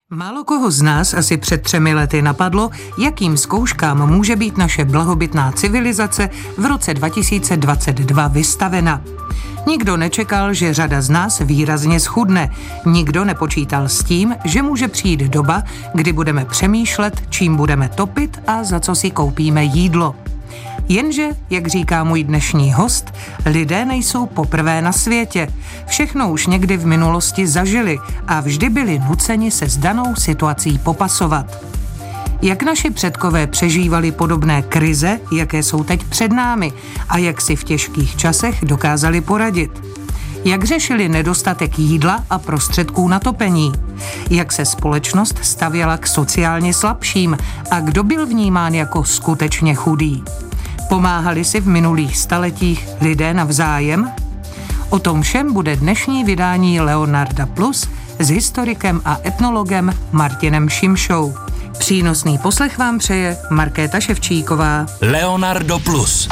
Málo koho z nás asi před 3 lety napadlo, jakým zkouškám může být naše blahobytná civilizace v roce 2022 vystavena. Nikdo nečekal, že řada z nás výrazně schudne. Nikdo nepočítal s tím, že může přijít doba, kdy budeme přemýšlet, čím budeme topit a za co si koupíme jídlo. Jenže, jak říká můj dnešní host, lidé nejsou poprvé na světě. Všechno už někdy v minulosti zažili a vždy byli nuceni se s danou situací popasovat. Jak naši předkové přežívali podobné krize, jaké jsou teď před námi a jak si v těžkých časech dokázali poradit. Jak řešili nedostatek jídla a prostředků na topení. Jak se společnost stavěla k sociálně slabším a kdo byl vnímán jako skutečně chudý. Pomáhali si v minulých staletích lidé navzájem? O tom všem bude dnešní vydání Leonarda Plus s historikem a etnologem Martinem Šimšou. Přínosný poslech vám přeje Markéta Ševčíková. Leonardo Plus.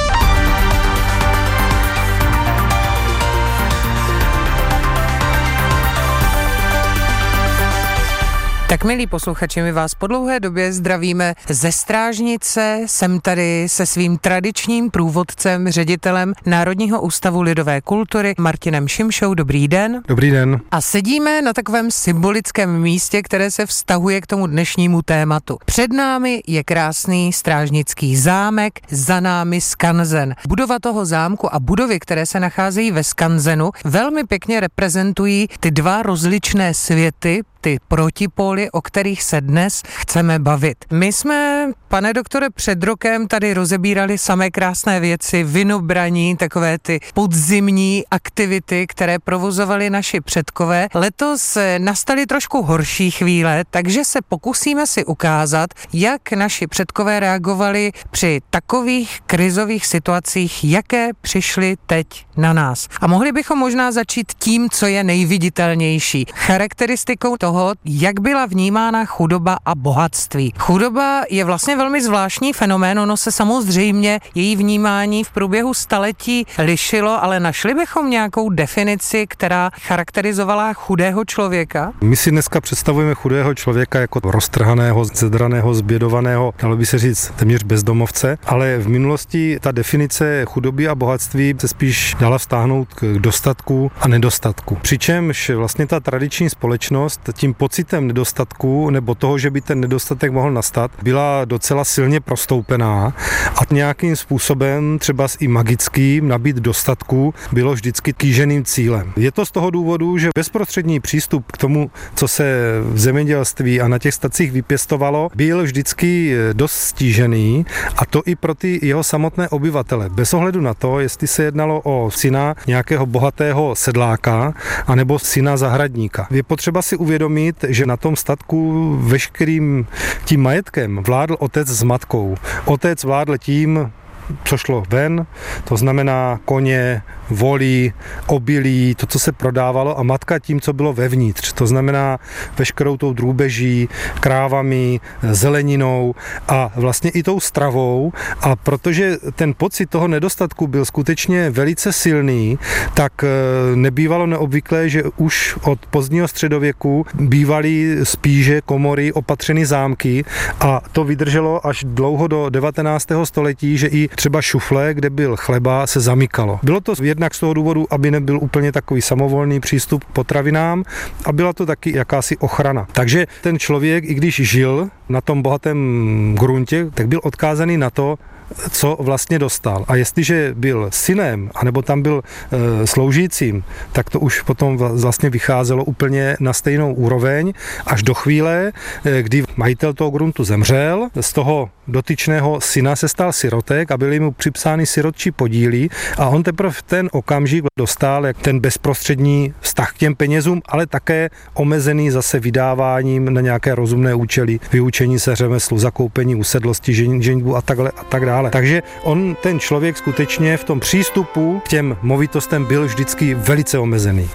Tak milí posluchači, my vás po dlouhé době zdravíme ze Strážnice. Jsem tady se svým tradičním průvodcem, ředitelem Národního ústavu lidové kultury Martinem Šimšou. Dobrý den. Dobrý den. A sedíme na takovém symbolickém místě, které se vztahuje k tomu dnešnímu tématu. Před námi je krásný strážnický zámek, za námi skanzen. Budova toho zámku a budovy, které se nacházejí ve skanzenu, velmi pěkně reprezentují ty dva rozličné světy, ty protipóly, o kterých se dnes chceme bavit. My jsme, pane doktore, před rokem tady rozebírali samé krásné věci, vinobraní, takové ty podzimní aktivity, které provozovali naši předkové. Letos nastaly trošku horší chvíle, takže se pokusíme si ukázat, jak naši předkové reagovali při takových krizových situacích, jaké přišly teď na nás. A mohli bychom možná začít tím, co je nejviditelnější. Charakteristikou toho, jak byla vnímána chudoba a bohatství. Chudoba je vlastně velmi zvláštní fenomén, ono se samozřejmě její vnímání v průběhu staletí lišilo, ale našli bychom nějakou definici, která charakterizovala chudého člověka? My si dneska představujeme chudého člověka jako roztrhaného, zedraného, zbědovaného, dalo by se říct téměř bezdomovce, ale v minulosti ta definice chudoby a bohatství se spíš dala vztáhnout k dostatku a nedostatku. Přičemž vlastně ta tradiční společnost tím pocitem nedostatku nebo toho, že by ten nedostatek mohl nastat, byla docela silně prostoupená a nějakým způsobem, třeba i magickým, nabít dostatku bylo vždycky kýženým cílem. Je to z toho důvodu, že bezprostřední přístup k tomu, co se v zemědělství a na těch stacích vypěstovalo, byl vždycky dost stížený, a to i pro ty jeho samotné obyvatele. Bez ohledu na to, jestli se jednalo o syna nějakého bohatého sedláka anebo syna zahradníka. Je potřeba si uvědomit, že na tom statku veškerým tím majetkem vládl otec s matkou. Otec vládl tím, co šlo ven, to znamená koně, volí, obilí, to, co se prodávalo, a matka tím, co bylo vevnitř, to znamená veškerou tou drůbeží, krávami, zeleninou a vlastně i tou stravou. A protože ten pocit toho nedostatku byl skutečně velice silný, tak nebývalo neobvyklé, že už od pozdního středověku bývaly spíže komory, opatřeny zámky, a to vydrželo až dlouho do 19. století, že i třeba šufle, kde byl chleba, se zamykalo. Bylo to jednak z toho důvodu, aby nebyl úplně takový samovolný přístup k potravinám, a byla to taky jakási ochrana. Takže ten člověk, i když žil na tom bohatém gruntě, tak byl odkázaný na to, co vlastně dostal. A jestliže byl synem, anebo tam byl sloužícím, tak to už potom vlastně vycházelo úplně na stejnou úroveň, až do chvíle, kdy majitel toho gruntu zemřel, z toho dotyčného syna se stal sirotek a byly mu připsány sirotčí podíly, a on teprve v ten okamžik dostal ten bezprostřední vztah k těm penězům, ale také omezený zase vydáváním na nějaké rozumné účely, vyučení se řemeslu, zakoupení usedlosti, ženitbu a tak dále. Takže ten člověk skutečně v tom přístupu k těm movitostem byl vždycky velice omezený.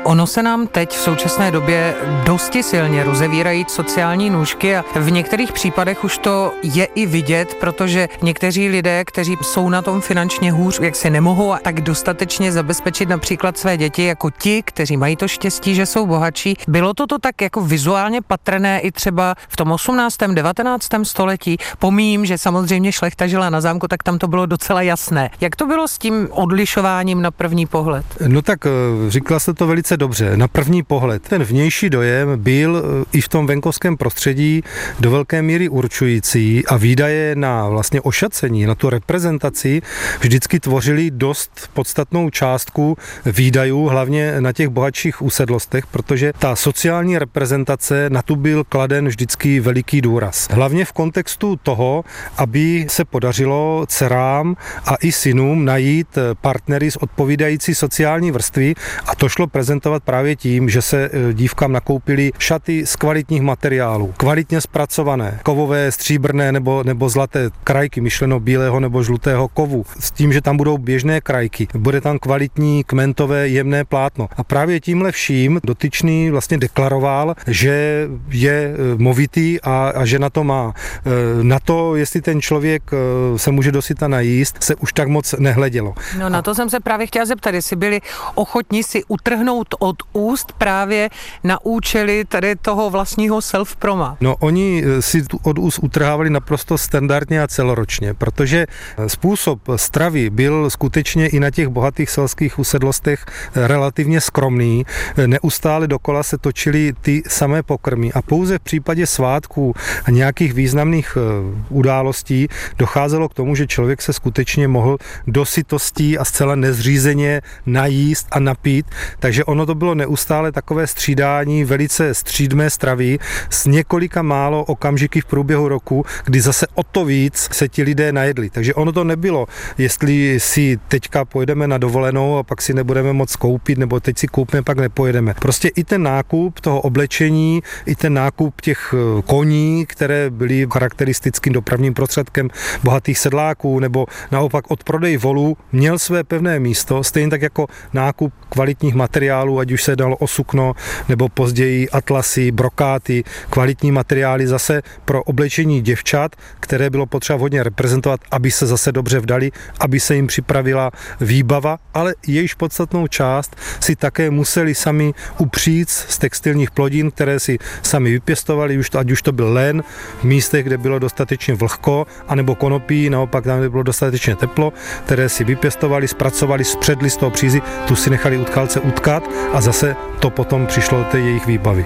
Ono se nám teď v současné době dosti silně rozevírají sociální nůžky a v některých případech už to je i vidět, protože někteří lidé, kteří jsou na tom finančně hůř, jak si nemohou tak dostatečně zabezpečit například své děti jako ti, kteří mají to štěstí, že jsou bohatší. Bylo to tak jako vizuálně patrné i třeba v tom 18. 19. století. Pomíjím, že samozřejmě šlechta žila na zámku, tak tam to bylo docela jasné. Jak to bylo s tím odlišováním na první pohled? No tak říkala jste to velice dobře. Na první pohled ten vnější dojem byl i v tom venkovském prostředí do velké míry určující a výdaje na vlastně ošacení, na tu reprezentaci vždycky tvořili dost podstatnou částku výdajů, hlavně na těch bohatších usedlostech, protože ta sociální reprezentace, na tu byl kladen vždycky veliký důraz. Hlavně v kontextu toho, aby se podařilo dcerám a i synům najít partnery z odpovídající sociální vrstvy a to šlo prezentovat právě tím, že se dívkám nakoupily šaty z kvalitních materiálů, kvalitně zpracované, kovové, stříbrné nebo zlaté krajky, myšleno bílého nebo žlutého kovu, s tím, že tam budou běžné krajky, bude tam kvalitní kmentové jemné plátno. A právě tímhle vším dotyčný vlastně deklaroval, že je movitý a že na to má. Na to, jestli ten člověk se může dosyta najíst, se už tak moc nehledělo. No na to jsem se právě chtěla zeptat, jestli byli ochotní si utrhnout od úst právě na účely tady toho vlastního self-proma. No oni si od úst utrhávali naprosto standardně a celoročně, protože způsob stravy byl skutečně i na těch bohatých selských usedlostech relativně skromný. Neustále dokola se točily ty samé pokrmy a pouze v případě svátků a nějakých významných událostí docházelo k tomu, že člověk se skutečně mohl do sytostí a zcela nezřízeně najíst a napít, takže ono to bylo neustále takové střídání velice střídmé stravy s několika málo okamžiky v průběhu roku, kdy zase o to víc se ti lidé najedli. Takže ono to nebylo, jestli si teďka pojedeme na dovolenou a pak si nebudeme moc koupit, nebo teď si koupíme, pak nepojedeme. Prostě i ten nákup toho oblečení, i ten nákup těch koní, které byly charakteristickým dopravním prostředkem bohatých sedláků, nebo naopak odprodej volů, měl své pevné místo, stejně tak jako nákup kvalitních materiálů, ať už se dalo o sukno, nebo později atlasy, brokáty, kvalitní materiály zase pro oblečení děvčat, které bylo potřeba hodně reprezentovat, aby se zase dobře vdali, aby se jim připravila výbava, ale jejíž podstatnou část si také museli sami upřít z textilních plodin, které si sami vypěstovali, ať už to byl lén v místech, kde bylo dostatečně vlhko, anebo konopí, naopak tam, kde bylo dostatečně teplo, které si vypěstovali, zpracovali, spředli z toho přízy, tu si nechali utkalce utkat a zase to potom přišlo do té jejich výbavy.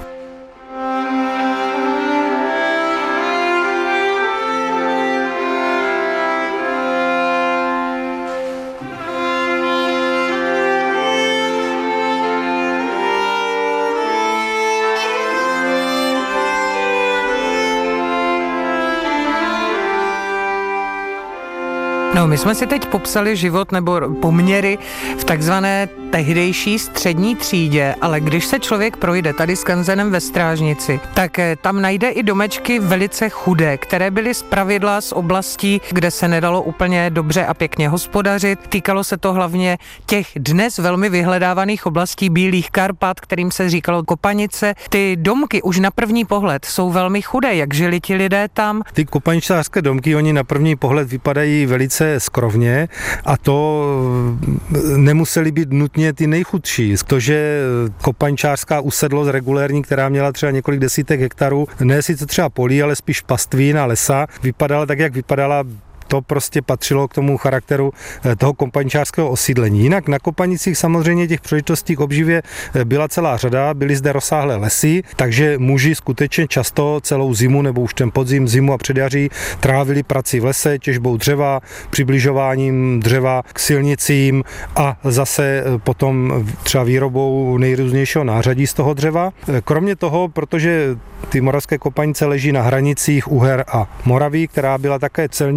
No, my jsme si teď popsali život nebo poměry v takzvané tehdejší střední třídě, ale když se člověk projde tady skanzenem ve Strážnici, tak tam najde i domečky velice chudé, které byly zpravidla z oblastí, kde se nedalo úplně dobře a pěkně hospodařit. Týkalo se to hlavně těch dnes velmi vyhledávaných oblastí Bílých Karpat, kterým se říkalo Kopanice. Ty domky už na první pohled jsou velmi chudé. Jak žili ti lidé tam? Ty kopaničářské domky, oni na první pohled vypadají velice skrovně a to nemuseli být nutně ty nejchudší. To, že kopaňčářská usedlost regulérní, která měla třeba několik desítek hektarů, ne sice třeba polí, ale spíš pastvín a lesa, vypadala tak, jak vypadala. To prostě patřilo k tomu charakteru toho kopaňčářského osídlení. Jinak na Kopanicích samozřejmě těch příležitostí k obživě byla celá řada, byly zde rozsáhlé lesy, takže muži skutečně často celou zimu nebo už ten podzim, zimu a předjaří trávili prací v lese, těžbou dřeva, přibližováním dřeva k silnicím a zase potom třeba výrobou nejrůznějšího nářadí z toho dřeva. Kromě toho, protože ty moravské Kopanice leží na hranicích Uher a Moraví, která byla také celní hranicí,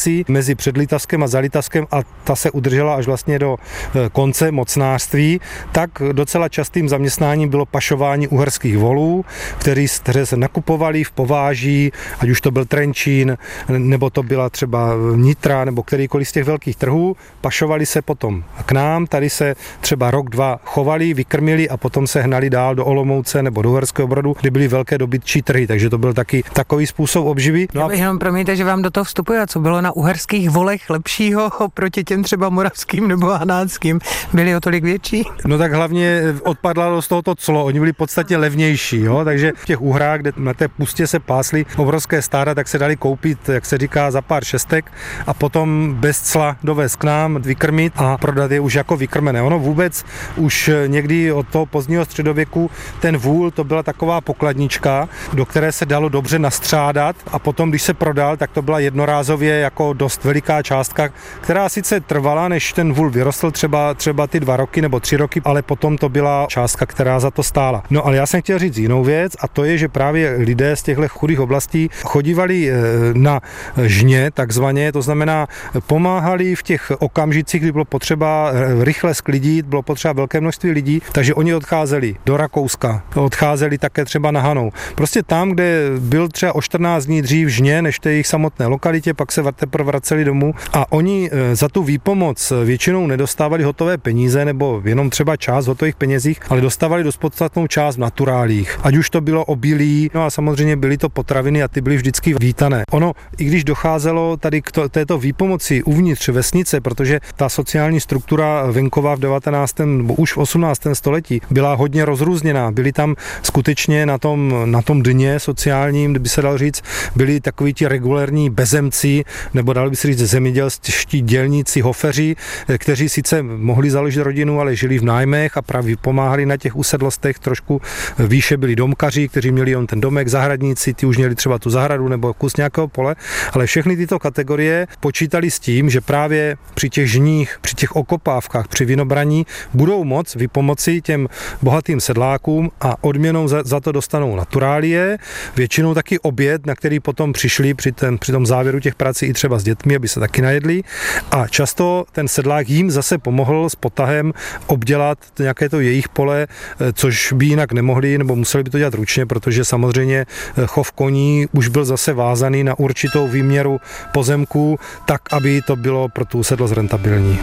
hranici mezi Předlitavskem a Zalitavskem a ta se udržela až vlastně do konce mocnářství, tak docela častým zaměstnáním bylo pašování uherských volů, které se nakupovaly v Pováží, ať už to byl Trenčín, nebo to byla třeba Nitra, nebo kterýkoliv z těch velkých trhů, pašovali se potom k nám, tady se třeba rok, dva chovali, vykrmili a potom se hnali dál do Olomouce nebo do Uherského Brodu, kde byly velké dobytčí trhy, takže to byl taky takový způsob obživy. No a jenom promiňte, že vám do toho vstupuje, a co bylo na uherských volech lepšího oproti těm třeba moravským nebo hanáckým? Byly o tolik větší? No tak hlavně odpadlo z tohoto clo, oni byli podstatně levnější, jo? Takže v těch Uhrách, kde na té pustě se pásly obrovské stáda, tak se dali koupit, jak se říká, za pár šestek a potom bez cla dovést k nám, vykrmit a prodat je už jako vykrmené. Ono vůbec už někdy od toho pozdního středověku ten vůl, to byla taková pokladnička, do které se dalo dobře nastřádat a potom, když se prodal, tak to byla jednorázově jako dost veliká částka, která sice trvala, než ten vůl vyrostl třeba ty 2 roky nebo 3 roky, ale potom to byla částka, která za to stála. No ale já jsem chtěl říct jinou věc a to je, že právě lidé z těchto chudých oblastí chodívali na žně takzvaně, to znamená pomáhali v těch okamžicích, kdy bylo potřeba rychle sklidit, bylo potřeba velké množství lidí, takže oni odcházeli do Rakouska, odcházeli také třeba na Hanou. Prostě tam, kde byl třeba o 14 dní dřív žně, než v té jejich samotné lokalitě, pak se teprve vraceli domů a oni za tu výpomoc většinou nedostávali hotové peníze nebo jenom třeba část hotových penězích, ale dostávali dost podstatnou část v naturálích. Ať už to bylo obilí, no a samozřejmě byly to potraviny a ty byly vždycky vítané. Ono, i když docházelo tady k této výpomoci uvnitř vesnice, protože ta sociální struktura venkova v 19. nebo už v 18. století byla hodně rozrůzněná. Byli tam skutečně na tom dně sociálním, kdyby se dal říct, byli takoví ti regulérní bezemci, nebo dalo by se říct zemědělští dělníci, hoferři, kteří sice mohli založit rodinu, ale žili v nájmech a právě pomáhali na těch usedlostech. Trošku výše byli domkaři, kteří měli jen ten domek, zahradníci, ty už měli třeba tu zahradu nebo kus nějakého pole, ale všechny tyto kategorie počítali s tím, že právě při těch žních, při těch okopávkách, při vinobraní budou moc vypomoci těm bohatým sedlákům a odměnou za to dostanou naturálie, většinou taky oběd, na který potom přišli při tom závěru těch prací i třeba s dětmi, aby se taky najedli a často ten sedlák jim zase pomohl s potahem obdělat nějaké to jejich pole, což by jinak nemohli nebo museli by to dělat ručně, protože samozřejmě chov koní už byl zase vázaný na určitou výměru pozemků, tak, aby to bylo pro tu usedlost rentabilní.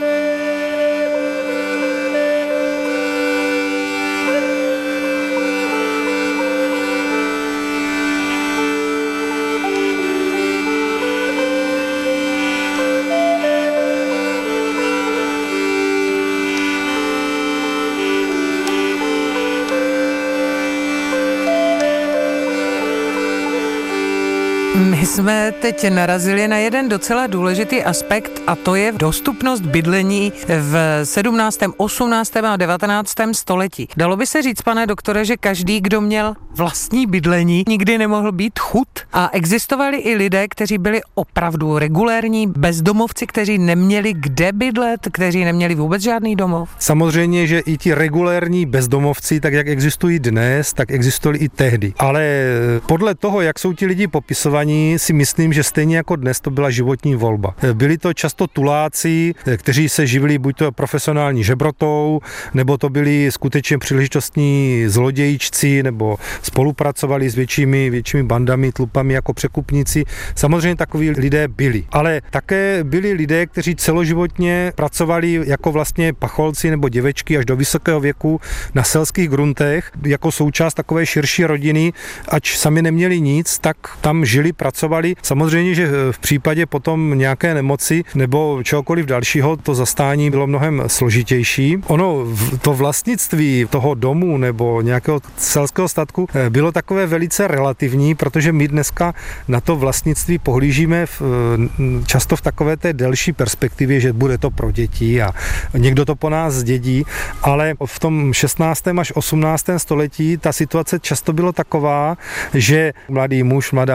My jsme teď narazili na jeden docela důležitý aspekt a to je dostupnost bydlení v 17., 18. a 19. století. Dalo by se říct, pane doktore, že každý, kdo měl vlastní bydlení, nikdy nemohl být chud? A existovali i lidé, kteří byli opravdu regulérní bezdomovci, kteří neměli kde bydlet, kteří neměli vůbec žádný domov? Samozřejmě, že i ti regulérní bezdomovci, tak jak existují dnes, tak existovali i tehdy. Ale podle toho, jak jsou ti lidi popisovaní, si myslím, že stejně jako dnes to byla životní volba. Byli to často tuláci, kteří se živili buď to profesionální žebrotou, nebo to byli skutečně příležitostní zlodějčci, nebo spolupracovali s většími bandami, tlupami jako překupníci. Samozřejmě takoví lidé byli. Ale také byli lidé, kteří celoživotně pracovali jako vlastně pacholci nebo děvečky až do vysokého věku na selských gruntech, jako součást takové širší rodiny, ač sami neměli nic, tak tam žili, pracovali. Samozřejmě, že v případě potom nějaké nemoci nebo čehokoliv dalšího to zastání bylo mnohem složitější. Ono, to vlastnictví toho domu nebo nějakého selského statku bylo takové velice relativní, protože my dneska na to vlastnictví pohlížíme často v takové té delší perspektivě, že bude to pro děti a někdo to po nás zdědí, ale v tom 16. až 18. století ta situace často byla taková, že mladý muž, mladá dívka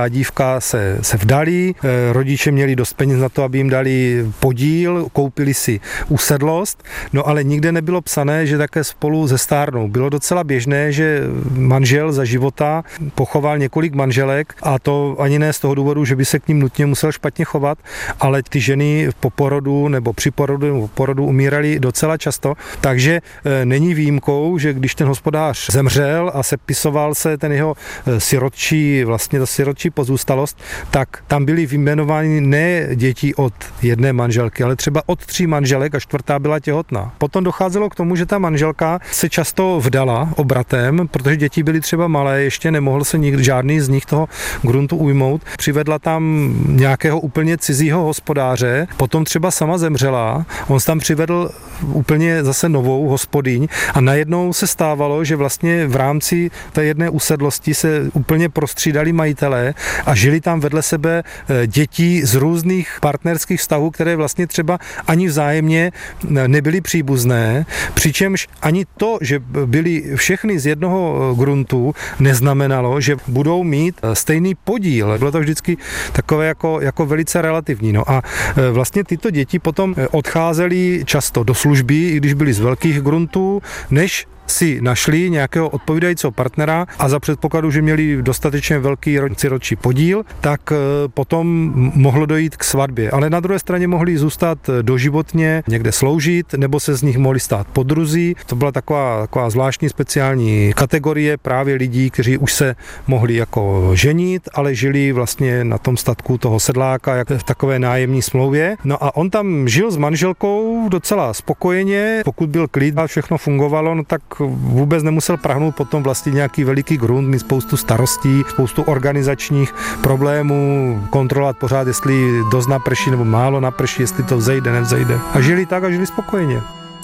manželka se vdali, rodiče měli dost peněz na to, aby jim dali podíl, koupili si usedlost, no ale nikde nebylo psané, že také spolu zestárnou. Bylo docela běžné, že manžel za života pochoval několik manželek a to ani ne z toho důvodu, že by se k ním nutně musel špatně chovat, ale ty ženy po porodu nebo při porodu nebo porodu umíraly docela často, takže není výjimkou, že když ten hospodář zemřel a sepisoval se ten jeho sirotčí, vlastně ta sirotčí pozůstalost, tak tam byly vyjmenovány ne děti od jedné manželky, ale třeba od 3 manželek a 4. byla těhotná. Potom docházelo k tomu, že ta manželka se často vdala obratem, protože děti byly třeba malé, ještě nemohl se žádný z nich toho gruntu ujmout. Přivedla tam nějakého úplně cizího hospodáře, potom třeba sama zemřela, on tam přivedl úplně zase novou hospodyň a najednou se stávalo, že vlastně v rámci té jedné usedlosti se úplně prostřídali majitelé a žili tam vedle sebe děti z různých partnerských vztahů, které vlastně třeba ani vzájemně nebyly příbuzné, přičemž ani to, že byli všechny z jednoho gruntu, neznamenalo, že budou mít stejný podíl. Bylo to vždycky takové jako velice relativní. No a vlastně tyto děti potom odcházely často do služby, i když byly z velkých gruntů, než si našli nějakého odpovídajícího partnera a za předpokladu, že měli dostatečně velký sirotčí podíl, tak potom mohlo dojít k svatbě. Ale na druhé straně mohli zůstat doživotně někde sloužit, nebo se z nich mohli stát podruzí. To byla taková zvláštní speciální kategorie právě lidí, kteří už se mohli jako ženit, ale žili vlastně na tom statku toho sedláka, jak v takové nájemní smlouvě. No a on tam žil s manželkou docela spokojeně, pokud byl klid a všechno fungovalo, no tak vůbec nemusel prahnout potom vlastně nějaký veliký grunt, mít spoustu starostí, spoustu organizačních problémů, kontrolovat pořád, jestli dost naprší nebo málo naprší, jestli to vzejde, nevzejde. A žili tak a žili spokojeně.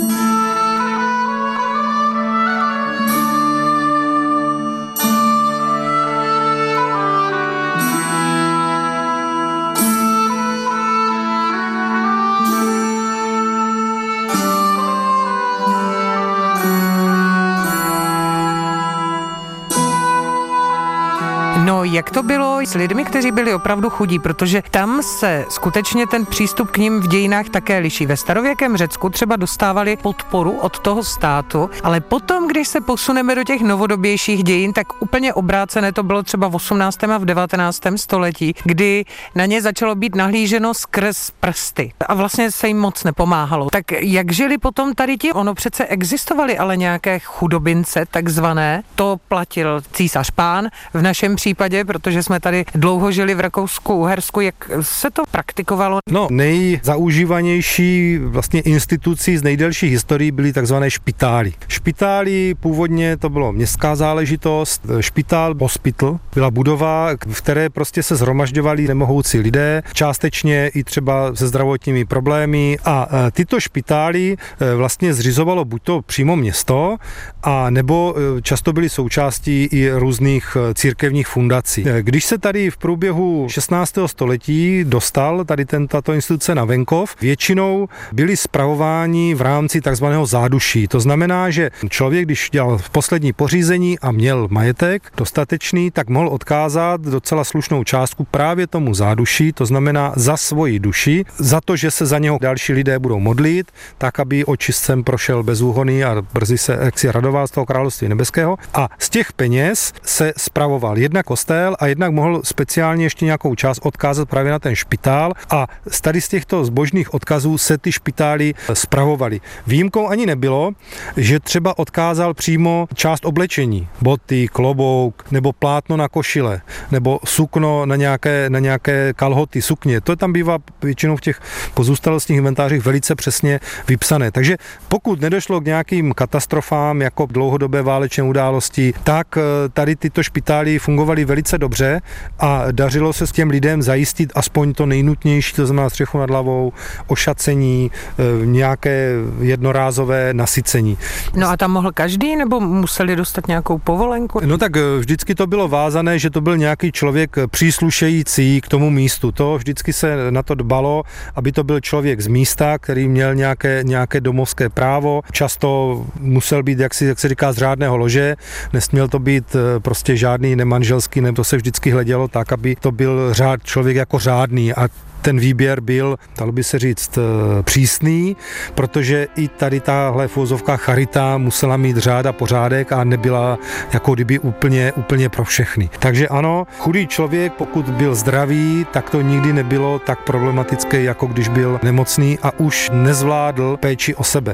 No, jak to bylo s lidmi, kteří byli opravdu chudí, protože tam se skutečně ten přístup k nim v dějinách také liší. Ve starověkém Řecku třeba dostávali podporu od toho státu, ale potom, když se posuneme do těch novodobějších dějin, tak úplně obrácené to bylo třeba v 18. a v 19. století, kdy na ně začalo být nahlíženo skrz prsty a vlastně se jim moc nepomáhalo. Tak jak žili potom tady ti? Ono přece existovaly ale nějaké chudobince, takzvané, to platil císař Pán v našem případě, protože jsme tady dlouho žili v Rakousku-Uhersku. Jak se to praktikovalo? No, nejzaužívanější vlastně institucí z nejdelší historií byly takzvané špitály. Špitály původně to bylo městská záležitost. Špitál, hospital, byla budova, v které prostě se shromažďovali nemohoucí lidé, částečně i třeba se zdravotními problémy a tyto špitály vlastně zřizovalo buď to přímo město, a nebo často byly součástí i různých církevních fundací. Když se tady v průběhu 16. století dostal tady tato instituce na venkov, většinou byli spravováni v rámci takzvaného záduší. To znamená, že člověk, když dělal poslední pořízení a měl majetek dostatečný, tak mohl odkázat docela slušnou částku právě tomu záduší, to znamená za svoji duši, za to, že se za něho další lidé budou modlit, tak aby očistcem prošel bezúhonný a brzy se jaksi radoval z toho království nebeského. A z těch peněz se spravoval jednak kostel a jednak mohl speciálně ještě nějakou část odkázat právě na ten špitál a z těchto zbožných odkazů se ty špitály spravovaly. Výjimkou ani nebylo, že třeba odkázal přímo část oblečení, boty, klobouk, nebo plátno na košile, nebo sukno na nějaké kalhoty, sukně. To tam bývá většinou v těch pozůstalostních inventářích velice přesně vypsané. Takže pokud nedošlo k nějakým katastrofám, jako dlouhodobé válečné události, tak tady tyto špitály fungovaly velice dobře a dařilo se s těm lidem zajistit aspoň to nejnutnější, to znamená střechu nad hlavou, ošacení, nějaké jednorázové nasycení. No a tam mohl každý, nebo museli dostat nějakou povolenku? No tak vždycky to bylo vázané, že to byl nějaký člověk příslušející k tomu místu. To vždycky se na to dbalo, aby to byl člověk z místa, který měl nějaké domovské právo. Často musel být, jak se říká, z řádného lože. Nesměl to být prostě žádný nemanželský nebo To se vždycky hledělo tak, aby to byl člověk jako řádný a ten výběr byl, dalo by se říct, přísný, protože i tady tahle v uvozovkách charita musela mít řád a pořádek a nebyla jako kdyby úplně pro všechny. Takže ano, chudý člověk, pokud byl zdravý, tak to nikdy nebylo tak problematické, jako když byl nemocný a už nezvládl péči o sebe.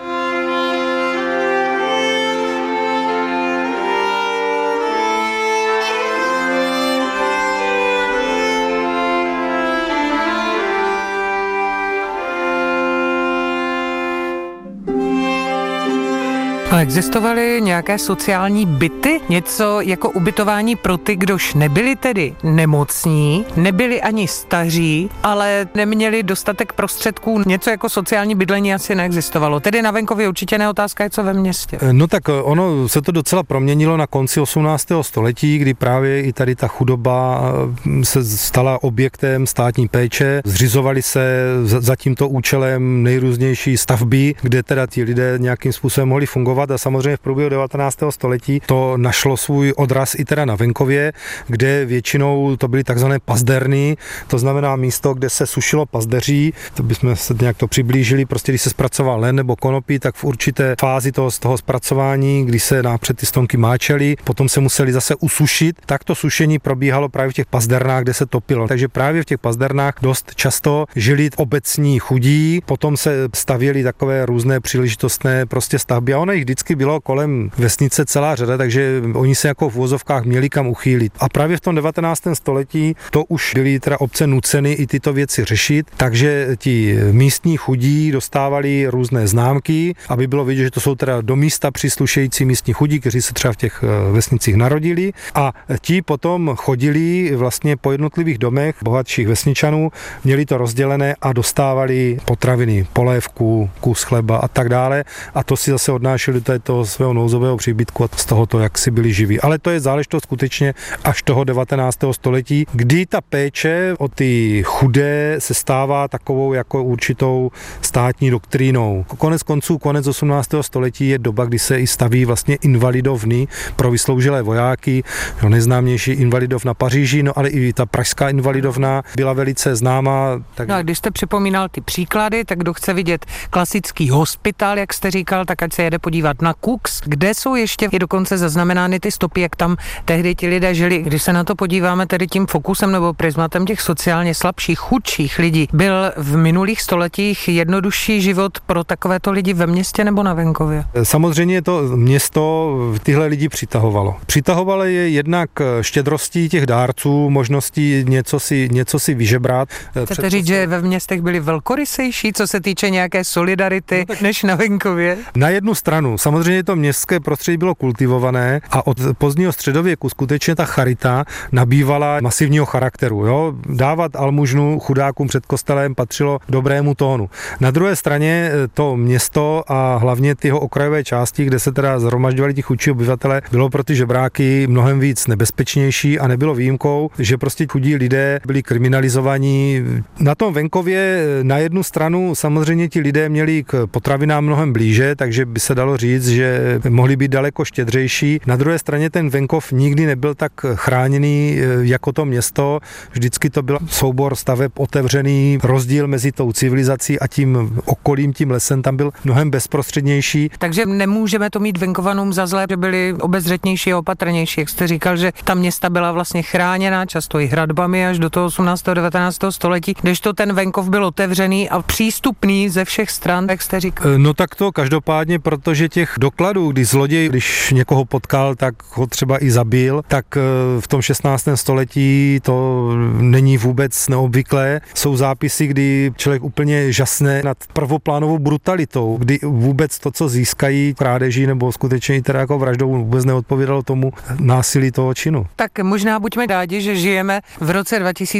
A existovaly nějaké sociální byty? Něco jako ubytování pro ty, kdož nebyli tedy nemocní, nebyli ani staří, ale neměli dostatek prostředků. Něco jako sociální bydlení asi neexistovalo. Tedy na venkově určitě ne, otázka je, co ve městě. No tak ono se to docela proměnilo na konci 18. století, kdy právě i tady ta chudoba se stala objektem státní péče. Zřizovaly se za tímto účelem nejrůznější stavby, kde teda ti lidé nějakým způsobem mohli fungovat. A samozřejmě v průběhu 19. století to našlo svůj odraz i teda na venkově, kde většinou to byly takzvané pazderny, to znamená místo, kde se sušilo pazdeří, to bychom se nějak to přiblížili, prostě když se zpracoval len nebo konopí, tak v určité fázi toho zpracování, kdy se napřed ty stonky máčely, potom se museli zase usušit, tak to sušení probíhalo právě v těch pazdernách, kde se topilo. Takže právě v těch pazdernách dost často žili obecní chudí, potom se stavěly takové různé příležitostné prostě stavby a ono jich vždycky bylo kolem vesnice celá řada, takže oni se jako v uvozovkách měli kam uchýlit. A právě v tom 19. století to už byly teda obce nuceny i tyto věci řešit, takže ti místní chudí dostávali různé známky, aby bylo vidět, že to jsou teda do místa příslušející místní chudí, kteří se třeba v těch vesnicích narodili a ti potom chodili vlastně po jednotlivých domech bohatších vesničanů, měli to rozdělené a dostávali potraviny, polévku, kus chleba a tak dále a to si zase odnášeli do toho svého nouzového příbytku a z tohoto, jak si byli živí. Ale to je záležitost skutečně až toho 19. století, kdy ta péče o ty chudé se stává takovou jako určitou státní doktrínou. Konec 18. století je doba, kdy se i staví vlastně invalidovny pro vysloužilé vojáky, nejznámější invalidov na Paříži, no ale i ta pražská invalidovna byla velice známá. Tak... No a když jste připomínal ty příklady, tak kdo chce vidět klasický hospital, jak jste říkal, tak ať se jede podívat na Kux, kde jsou ještě i dokonce zaznamenány ty stopy, jak tam tehdy ti lidé žili. Když se na to podíváme tedy tím fokusem nebo prismatem těch sociálně slabších, chudších lidí, byl v minulých stoletích jednodušší život pro takovéto lidi ve městě nebo na venkově? Samozřejmě to město tyhle lidi přitahovalo. Přitahovalo je jednak štědrostí těch dárců, možností něco si vyžebrat. Chcete říct, že ve městech byli velkorysejší, co se týče nějaké solidarity, než na venkově? Na jednu stranu, samozřejmě to městské prostředí bylo kultivované a od pozdního středověku skutečně ta charita nabývala masivního charakteru. Jo? Dávat almužnu chudákům před kostelem patřilo dobrému tónu. Na druhé straně to město a hlavně ty jeho okrajové části, kde se teda zhromažďovali ti chudší obyvatelé, bylo pro ty žebráky mnohem víc nebezpečnější a nebylo výjimkou, že prostě chudí lidé byli kriminalizovaní. Na tom venkově na jednu stranu samozřejmě ti lidé měli k potravinám mnohem blíže, takže by se dalo říct, že mohli být daleko štědřejší. Na druhé straně ten venkov nikdy nebyl tak chráněný jako to město. Vždycky to byl soubor staveb otevřený, rozdíl mezi tou civilizací a tím okolím, tím lesem tam byl mnohem bezprostřednější. Takže nemůžeme to mít venkovanům za zlé, že byli obezřetnější a opatrnější. Jak jste říkal, že ta města byla vlastně chráněná, často i hradbami až do toho 18. a 19. století, kdežto ten venkov byl otevřený a přístupný ze všech stran, jak jste říkal. No tak to každopádně, protože těch dokladů, kdy zloděj, když někoho potkal, tak ho třeba i zabil, tak v tom 16. století to není vůbec neobvyklé. Jsou zápisy, kdy člověk úplně žasne nad prvoplánovou brutalitou, kdy vůbec to, co získají krádeží nebo skutečně i teda jako vraždou, vůbec neodpovídalo tomu násilí toho činu. Tak možná buďme rádi, že žijeme v roce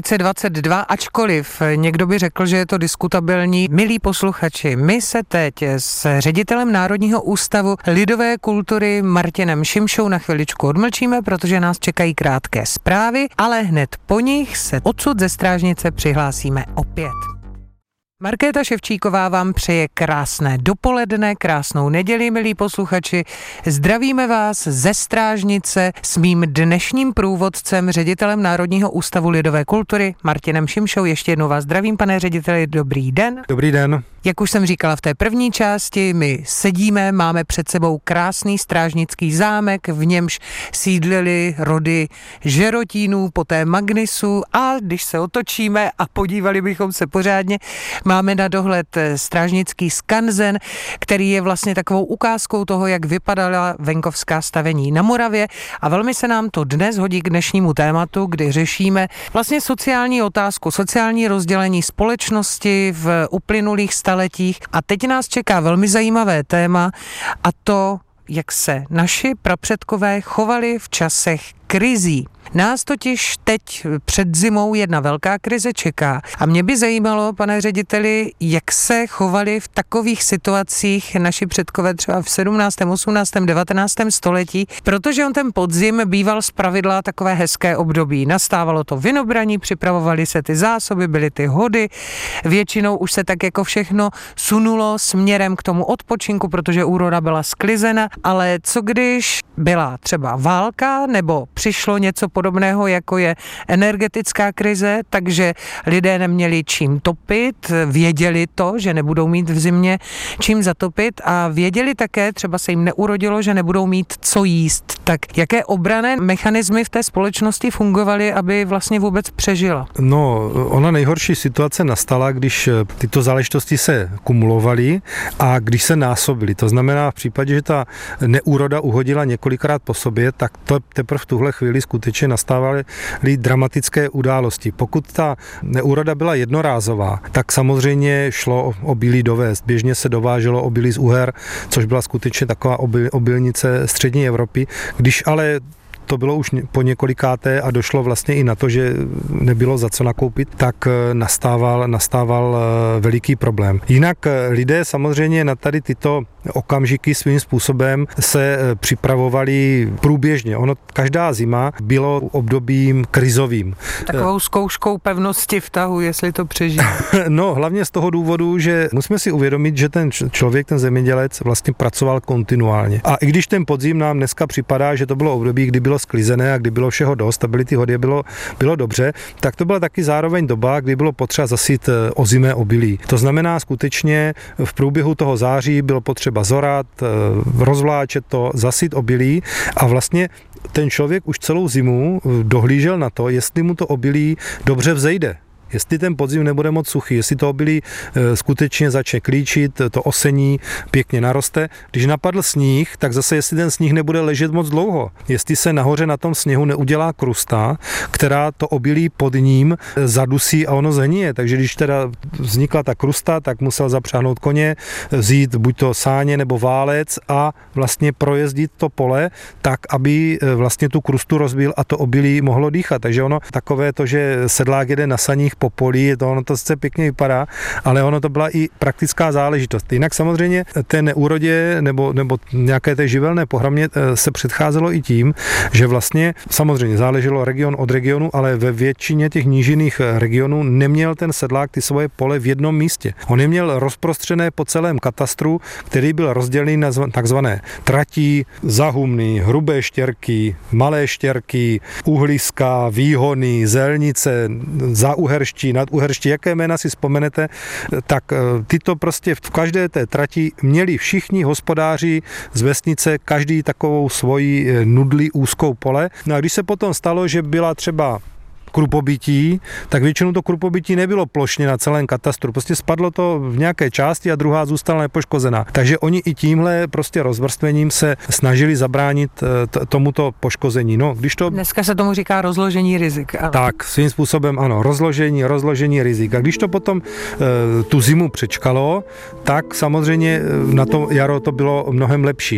2022, ačkoliv někdo by řekl, že je to diskutabilní. Milí posluchači, my se teď s ředitelem Národního ústavu lidové kultury Martinem Šimšou na chviličku odmlčíme, protože nás čekají krátké zprávy, ale hned po nich se odsud ze Strážnice přihlásíme opět. Markéta Ševčíková vám přeje krásné dopoledne, krásnou neděli, milí posluchači. Zdravíme vás ze Strážnice s mým dnešním průvodcem, ředitelem Národního ústavu lidové kultury, Martinem Šimšou. Ještě jednou vás zdravím, pane řediteli, dobrý den. Dobrý den. Jak už jsem říkala v té první části, my sedíme, máme před sebou krásný strážnický zámek, v němž sídlily rody Žerotínů, poté Magnisů, a když se otočíme a podívali bychom se pořádně, máme na dohled strážnický skanzen, který je vlastně takovou ukázkou toho, jak vypadala venkovská stavení na Moravě, a velmi se nám to dnes hodí k dnešnímu tématu, kdy řešíme vlastně sociální otázku, sociální rozdělení společnosti v uplynulých staletích. A teď nás čeká velmi zajímavé téma, a to, jak se naši prapředkové chovali v časech krizí. Nás totiž teď před zimou jedna velká krize čeká a mě by zajímalo, pane řediteli, jak se chovali v takových situacích naši předkové třeba v 17., 18., 19. století, protože on ten podzim býval zpravidla takové hezké období. Nastávalo to vinobraní, připravovaly se ty zásoby, byly ty hody, většinou už se tak jako všechno sunulo směrem k tomu odpočinku, protože úroda byla sklizena, ale co když byla třeba válka nebo přišlo něco podobného, jako je energetická krize, takže lidé neměli čím topit, věděli to, že nebudou mít v zimě čím zatopit, a věděli také, třeba se jim neurodilo, že nebudou mít co jíst. Tak jaké obranné mechanismy v té společnosti fungovaly, aby vlastně vůbec přežila? No, ona nejhorší situace nastala, když tyto záležitosti se kumulovaly a když se násobily. To znamená, v případě, že ta neúroda uhodila několikrát po sobě, tak to teprve v tuhle chvíli skutečně nastávaly dramatické události. Pokud ta neúroda byla jednorázová, tak samozřejmě šlo o obilí dovést. Běžně se dováželo obilí z Uher, což byla skutečně taková obilnice střední Evropy. Když ale to bylo už po několikáté a došlo vlastně i na to, že nebylo za co nakoupit, tak nastával veliký problém. Jinak lidé samozřejmě na tady tyto okamžiky svým způsobem se připravovali průběžně. Každá zima bylo obdobím krizovým. Takovou zkouškou pevnosti v tahu, jestli to přežije. No, hlavně z toho důvodu, že musíme si uvědomit, že ten člověk, ten zemědělec vlastně pracoval kontinuálně. A i když ten podzim nám dneska připadá, že to bylo období, kdy bylo sklizené a kdy bylo všeho dost a byly ty hody, bylo dobře, tak to byla taky zároveň doba, kdy bylo potřeba zasít ozimé obilí. To znamená, skutečně v průběhu toho září bylo potřeba zorat, rozvláčet to, zasít obilí, a vlastně ten člověk už celou zimu dohlížel na to, jestli mu to obilí dobře vzejde. Jestli ten podzim nebude moc suchý, jestli to obilí skutečně začne klíčit, to osení pěkně naroste. Když napadl sníh, tak zase jestli ten sníh nebude ležet moc dlouho. Jestli se nahoře na tom sněhu neudělá krusta, která to obilí pod ním zadusí a ono zhnije. Takže když teda vznikla ta krusta, tak musel zapřáhnout koně, vzít buď to sáně nebo válec a vlastně projezdit to pole tak, aby vlastně tu krustu rozbil a to obilí mohlo dýchat. Takže ono takové to, že sedlák jede na saních po polí, ono to sice pěkně vypadá, ale ono to byla i praktická záležitost. Jinak samozřejmě té neúrodě nebo nějaké té živelné pohromě se předcházelo i tím, že vlastně samozřejmě záleželo region od regionu, ale ve většině těch nížinných regionů neměl ten sedlák ty svoje pole v jednom místě. On je měl rozprostřené po celém katastru, který byl rozdělený na takzvané trati, zahumny, hrubé štěrky, malé štěrky, uhliska, výhony, zelnice, záuherští, naduherští, jaké jména si vzpomenete, tak tyto prostě v každé té trati měli všichni hospodáři z vesnice každý takovou svoji nudlí úzkou pole. No a když se potom stalo, že byla třeba krupobytí, tak většinou to krupobytí nebylo plošně na celém katastru. Prostě spadlo to v nějaké části a druhá zůstala nepoškozená. Takže oni i tímhle prostě rozvrstvením se snažili zabránit tomuto poškození. No, když to... Dneska se tomu říká rozložení rizik. Ale... Tak, svým způsobem ano, rozložení rizik. A když to potom tu zimu přečkalo, tak samozřejmě na to jaro to bylo mnohem lepší.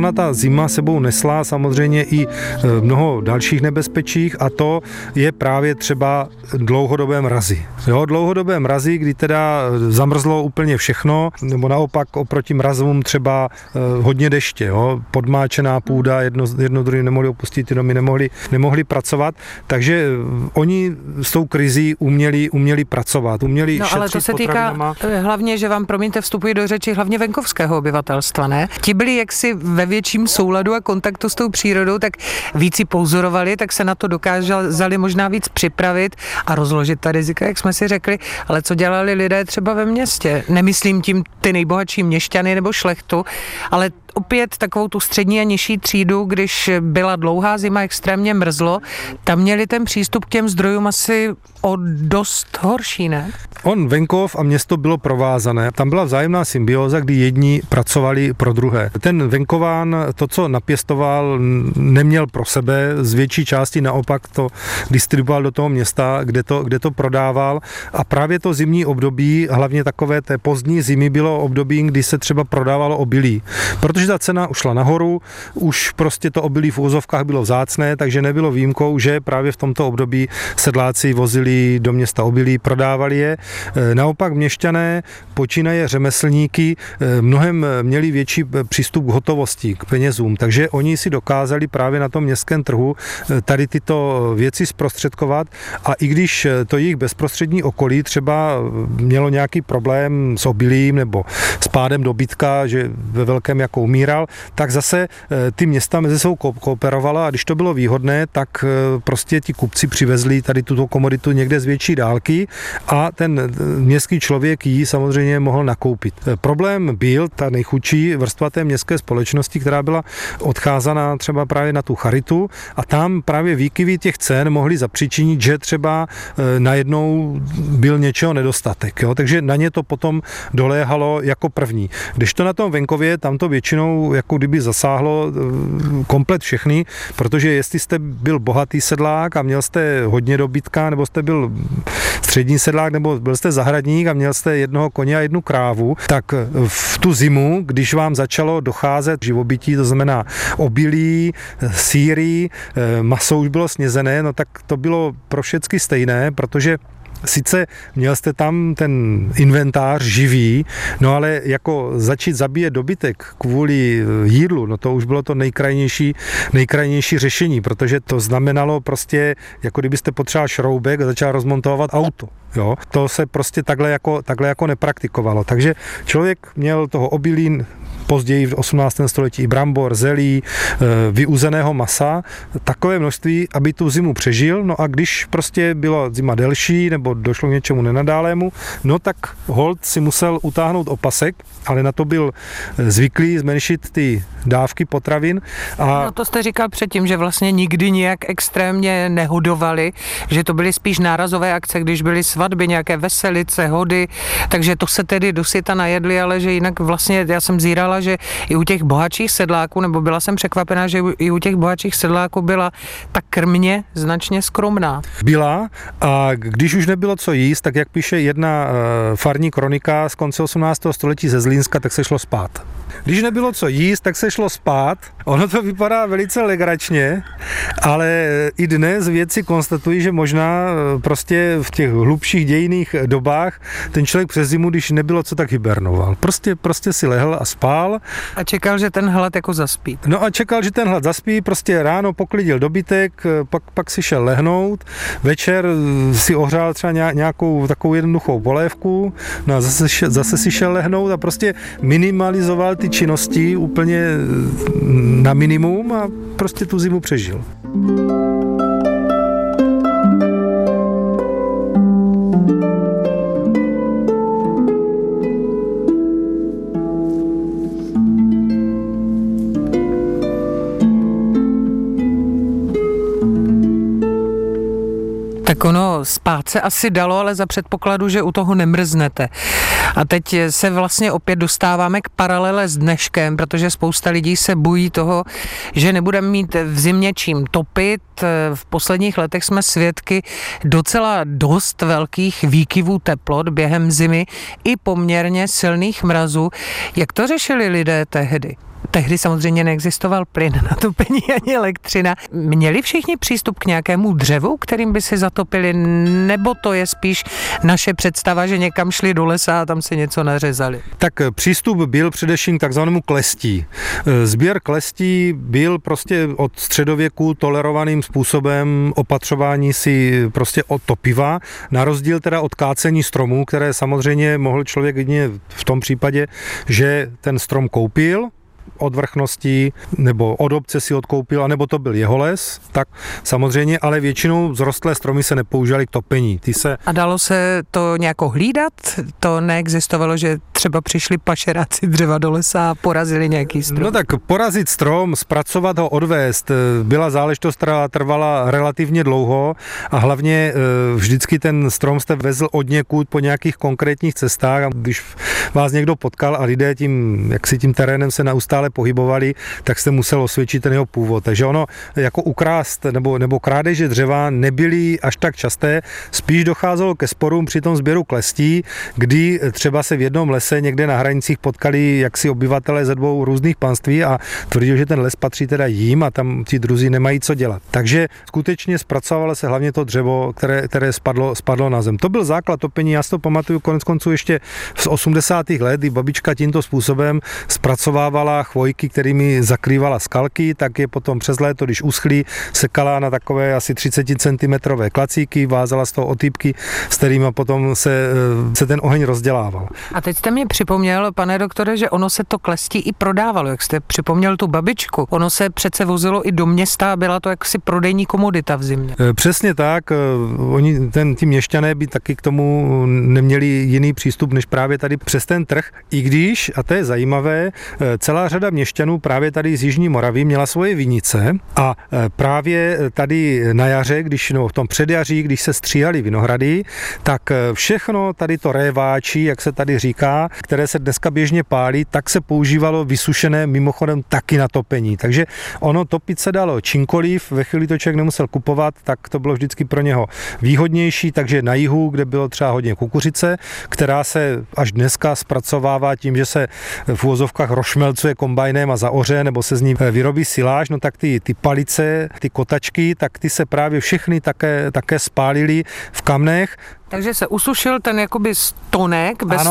ona ta zima sebou nesla samozřejmě i mnoho dalších nebezpečích a to je právě třeba dlouhodobé mrazy. Jo, dlouhodobé mrazy, kdy teda zamrzlo úplně všechno, nebo naopak oproti mrazům třeba hodně deště, jo, podmáčená půda, jedno druhé nemohli opustit, ty domy nemohli pracovat, takže oni s tou krizí uměli pracovat, uměli šetřit ale to se týká hlavně, že vám, promiňte, vstupují do řeči hlavně venkovského obyvatelstva, ne? Ti byli jaksi ve větším souladu a kontaktu s tou přírodou, tak víc si pozorovali, tak se na to dokázali možná víc připravit a rozložit ta rizika, jak jsme si řekli, ale co dělali lidé třeba ve městě? Nemyslím tím ty nejbohatší měšťany nebo šlechtu, ale opět takovou tu střední a nižší třídu, když byla dlouhá zima, extrémně mrzlo, tam měli ten přístup k těm zdrojům asi o dost horší, ne? Venkov a město bylo provázané. Tam byla vzájemná symbióza, kdy jedni pracovali pro druhé. Ten venkován to, co napěstoval, neměl pro sebe, z větší části naopak to distribuoval do toho města, kde to prodával. A právě to zimní období, hlavně takové té pozdní zimy, bylo období, kdy se třeba prodávalo obilí. Protože ta cena ušla nahoru, už prostě to obilí v úzovkách bylo vzácné, takže nebylo výjimkou, že právě v tomto období sedláci vozili do města obilí, prodávali je. Naopak měšťané, počínaje řemeslníky, mnohem měli větší přístup k hotovosti, k penězům, takže oni si dokázali právě na tom městském trhu tady tyto věci zprostředkovat a i když to jejich bezprostřední okolí třeba mělo nějaký problém s obilím nebo s pádem dobytka, že ve velkém jako umíral, tak zase ty města mezi sebou kooperovala a když to bylo výhodné, tak prostě ti kupci přivezli tady tuto komoditu někde z větší dálky a ten městský člověk ji samozřejmě mohl nakoupit. Problém byl ta nejchudší vrstva té městské společnosti, která byla odcházaná třeba právě na tu charitu a tam právě výkyvy těch cen mohly zapříčinit, že třeba najednou byl něčeho nedostatek. Jo? Takže na ně to potom doléhalo jako první. Když to na tom venkově, tam to většinou jako kdyby zasáhlo komplet všechny, protože jestli jste byl bohatý sedlák a měl jste hodně dobytka, nebo jste byl střední sedlák, nebo byl jste zahradník a měl jste jednoho koně a jednu krávu, tak v tu zimu, když vám začalo docházet živobytí, to znamená obilí, sýry, maso už bylo snězené, no tak to bylo pro všechny stejné, protože sice měl jste tam ten inventář živý, no ale jako začít zabíjet dobytek kvůli jídlu, no to už bylo to nejkrajnější řešení, protože to znamenalo prostě, jako kdybyste potřeboval šroubek a začal rozmontovat auto. Jo? To se prostě takhle jako nepraktikovalo. Takže člověk měl toho obilí, později v 18. století i brambor, zelí, vyuzeného masa, takové množství, aby tu zimu přežil, no a když prostě byla zima delší nebo došlo k něčemu nenadálému, no tak holt si musel utáhnout opasek, ale na to byl zvyklý zmenšit ty dávky potravin. No to jste říkal předtím, že vlastně nikdy nijak extrémně nehodovali, že to byly spíš nárazové akce, když byly svatby, nějaké veselice, hody, takže to se tedy dosyta najedli, ale že jinak vlastně já jsem zírala, že i u těch bohatších sedláků, nebo byla jsem překvapená, že i u těch bohatších sedláků byla ta krmě značně skromná. Byla a když už nebylo co jíst, tak jak píše jedna farní kronika z konce 18. století ze Zlínska, tak se šlo spát. Když nebylo co jíst, tak se šlo spát. Ono to vypadá velice legračně, ale i dnes vědci konstatují, že možná prostě v těch hlubších dějinných dobách ten člověk přes zimu, když nebylo co, tak hibernoval. Prostě si lehl a spál. A čekal, že ten hlad jako zaspí. No a čekal, že ten hlad zaspí, prostě ráno poklidil dobytek, pak si šel lehnout, večer si ohřál třeba nějakou takovou jednoduchou polévku, no a zase si šel lehnout a prostě minimalizoval ty činnosti úplně na minimum a prostě tu zimu přežil. Tak ono spát se asi dalo, ale za předpokladu, že u toho nemrznete. A teď se vlastně opět dostáváme k paralele s dneškem, protože spousta lidí se bojí toho, že nebudeme mít v zimě čím topit. V posledních letech jsme svědky docela dost velkých výkyvů teplot během zimy i poměrně silných mrazů. Jak to řešili lidé tehdy? Tehdy samozřejmě neexistoval plyn na topení ani elektřina. Měli všichni přístup k nějakému dřevu, kterým by si zatopili, nebo to je spíš naše představa, že někam šli do lesa a tam si něco nařezali? Tak přístup byl především k takzvanému klestí. Sběr klestí byl prostě od středověku tolerovaným způsobem opatřování si prostě od topiva, na rozdíl teda od kácení stromů, které samozřejmě mohl člověk jedině v tom případě, že ten strom koupil od vrchnosti, nebo od obce si odkoupil, anebo to byl jeho les, tak samozřejmě, ale většinou vzrostlé stromy se nepoužívaly k topení. A dalo se to nějak hlídat? To neexistovalo, že třeba přišli pašeráci dřeva do lesa a porazili nějaký strom? No tak porazit strom, zpracovat ho, odvést, byla záležitost, která trvala relativně dlouho a hlavně vždycky ten strom jste vezl od někud po nějakých konkrétních cestách a když vás někdo potkal a lidé tím terénem se neustále pohybovali, tak jste musel osvědčit ten jeho původ. Takže ono jako ukrást nebo krádeže dřeva nebyly až tak časté, spíš docházelo ke sporům při tom sběru klestí, kdy třeba se v jednom lese někde na hranicích potkali jaksi obyvatelé ze dvou různých panství a tvrdili, že ten les patří teda jim a tam ti druzí nemají co dělat. Takže skutečně zpracovalo se hlavně to dřevo, které spadlo na zem. To byl základ topení, já si to pamatuju koneckonců ještě z 80. let, kdy babička tímto způsobem zpracovávala chvojky, kterými zakrývala skalky, tak je potom přes léto, když uschlí, sekala na takové asi 30 cm klacíky, vázala z toho otýpky, s kterými potom se ten oheň rozdělával. A teď jste mi připomněl, pane doktore, že ono se to klestí i prodávalo, jak jste připomněl tu babičku. Ono se přece vozilo i do města a byla to jaksi prodejní komodita v zimě. Přesně tak, ti měšťané by taky k tomu neměli jiný přístup, než právě tady přes ten trh, i když, a to je zajímavé, celá řada měšťanů právě tady z Jižní Moravy měla svoje vinice a právě tady na jaře, v tom předjaří, když se stříhaly vinohrady, tak všechno tady to réváči, jak se tady říká, které se dneska běžně pálí, tak se používalo vysušené mimochodem taky na topení. Takže ono topit se dalo čímkoliv, ve chvíli to člověk nemusel kupovat, tak to bylo vždycky pro něho výhodnější, takže na jihu, kde bylo třeba hodně kukuřice, která se až dneska zpracovává tím, že se v uvozovkách rošmelcuje kombajnem a zaoře, nebo se z ní vyrobí siláž, no tak ty palice, ty kotačky, tak ty se právě všechny také spálily v kamnech. Takže se usušil ten jakoby stonek, bez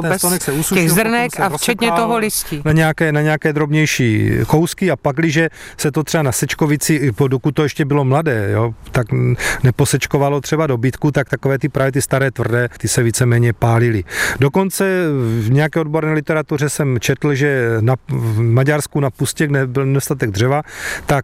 těch zrnek a včetně toho listí. Na nějaké drobnější kousky a pak, když se to třeba na sečkovici, dokud to ještě bylo mladé, jo, tak neposečkovalo třeba dobytku, tak takové ty staré tvrdé, ty se víceméně pálily. Dokonce v nějaké odborné literatuře jsem četl, že v Maďarsku na Pustěk nebyl nedostatek dřeva, tak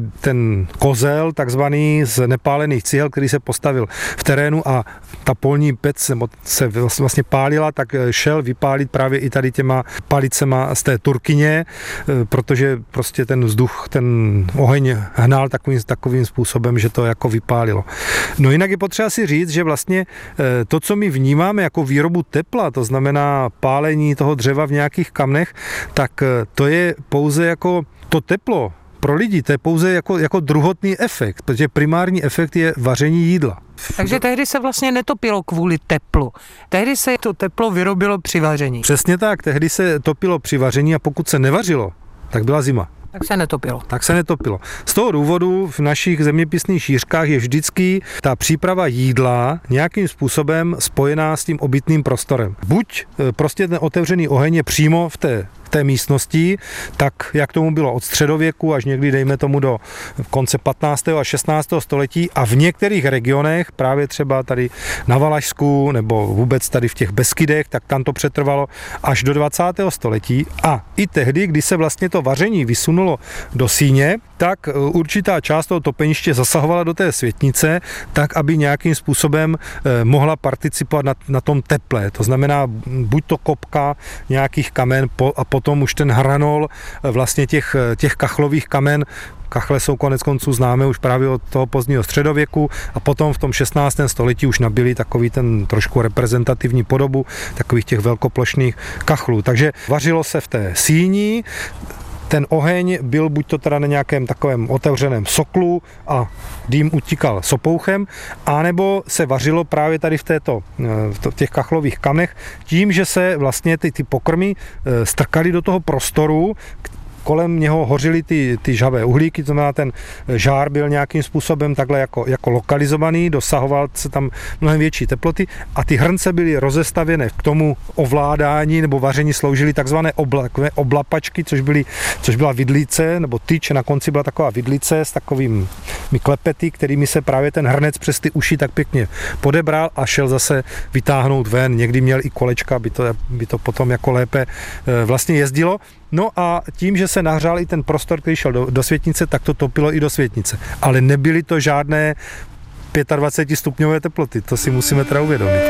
ten kozel, takzvaný z nepálených cihel, který se postavil v terénu a ta polní pec se vlastně pálila, tak šel vypálit právě i tady těma palicema z té turkyně, protože prostě ten vzduch, ten oheň hnal takovým způsobem, že to jako vypálilo. No jinak je potřeba si říct, že vlastně to, co my vnímáme jako výrobu tepla, to znamená pálení toho dřeva v nějakých kamnech, tak to je pouze jako to teplo pro lidi, to je pouze jako druhotný efekt, protože primární efekt je vaření jídla. Takže tehdy se vlastně netopilo kvůli teplu. Tehdy se to teplo vyrobilo při vaření. Přesně tak, tehdy se topilo při vaření a pokud se nevařilo, tak byla zima. Tak se netopilo. Z toho důvodu v našich zeměpisných šířkách je vždycky ta příprava jídla nějakým způsobem spojená s tím obytným prostorem. Buď prostě ten otevřený oheň je přímo v té místnosti, tak jak tomu bylo od středověku až někdy dejme tomu do konce 15. a 16. století a v některých regionech, právě třeba tady na Valašsku nebo vůbec tady v těch Beskydech, tak tam to přetrvalo až do 20. století a i tehdy, kdy se vlastně to vaření vysunulo do síně, tak určitá část toho topeniště zasahovala do té světnice, tak aby nějakým způsobem mohla participovat na tom teple. To znamená buď to kopka nějakých kamen a potom už ten hranol vlastně těch kachlových kamen. Kachle jsou koneckonců známé už právě od toho pozdního středověku a potom v tom 16. století už nabili takový ten trošku reprezentativní podobu takových těch velkoplošných kachlů. Takže vařilo se v té síni, ten oheň byl buď to teda na nějakém takovém otevřeném soklu a dým utíkal sopouchem, anebo se vařilo právě tady v těch kachlových kamnech tím, že se vlastně ty pokrmy strkaly do toho prostoru, kolem něho hořily ty žhavé uhlíky, to znamená, ten žár byl nějakým způsobem takhle jako lokalizovaný, dosahoval se tam mnohem větší teploty a ty hrnce byly rozestavěné k tomu ovládání nebo vaření sloužily takzvané oblapačky, což byla vidlice, nebo tyč, na konci byla taková vidlice s takovými klepety, kterými se právě ten hrnec přes ty uši tak pěkně podebral a šel zase vytáhnout ven. Někdy měl i kolečka, by to potom jako lépe vlastně jezdilo. No a tím, že se nahřál i ten prostor, který šel do světnice, tak to topilo i do světnice. Ale nebyly to žádné 25 stupňové teploty, to si musíme teda uvědomit.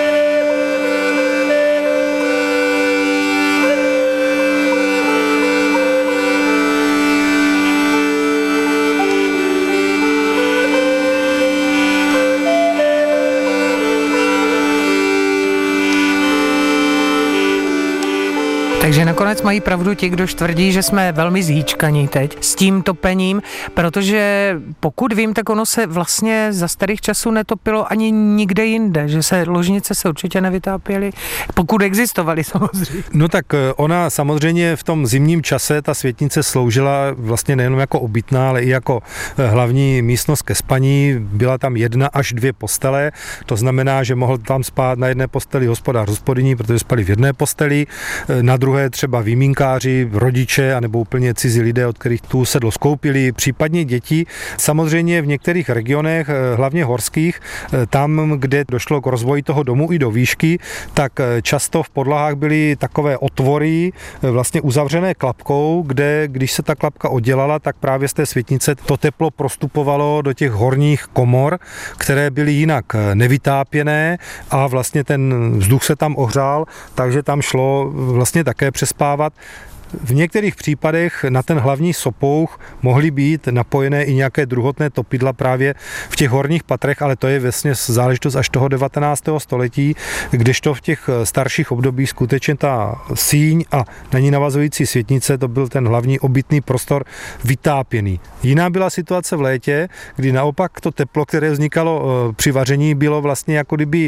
Takže nakonec mají pravdu ti, kdo tvrdí, že jsme velmi zhýčkaní teď s tím topením, protože pokud vím, tak ono se vlastně za starých časů netopilo ani nikde jinde, že se ložnice se určitě nevytápěly, pokud existovaly samozřejmě. No tak ona samozřejmě v tom zimním čase, ta světnice sloužila vlastně nejenom jako obytná, ale i jako hlavní místnost ke spaní. Byla tam 1 až 2 postele, to znamená, že mohl tam spát na jedné posteli hospodář, hospodyní, protože spali v jedné posteli, na druhé třeba výmínkáři, rodiče anebo úplně cizí lidé, od kterých tu sedlo skoupili, případně děti. Samozřejmě v některých regionech, hlavně horských, tam, kde došlo k rozvoji toho domu i do výšky, tak často v podlahách byly takové otvory, vlastně uzavřené klapkou, kde když se ta klapka oddělala, tak právě z té světnice to teplo prostupovalo do těch horních komor, které byly jinak nevytápěné a vlastně ten vzduch se tam ohřál, takže tam šlo vlastně také přespávat. V některých případech na ten hlavní sopouch mohly být napojené i nějaké druhotné topidla právě v těch horních patrech, ale to je vlastně záležitost až toho 19. století, kdežto v těch starších obdobích skutečně ta síň a na ní navazující světnice, to byl ten hlavní obytný prostor vytápěný. Jiná byla situace v létě, kdy naopak to teplo, které vznikalo při vaření, bylo vlastně jako kdyby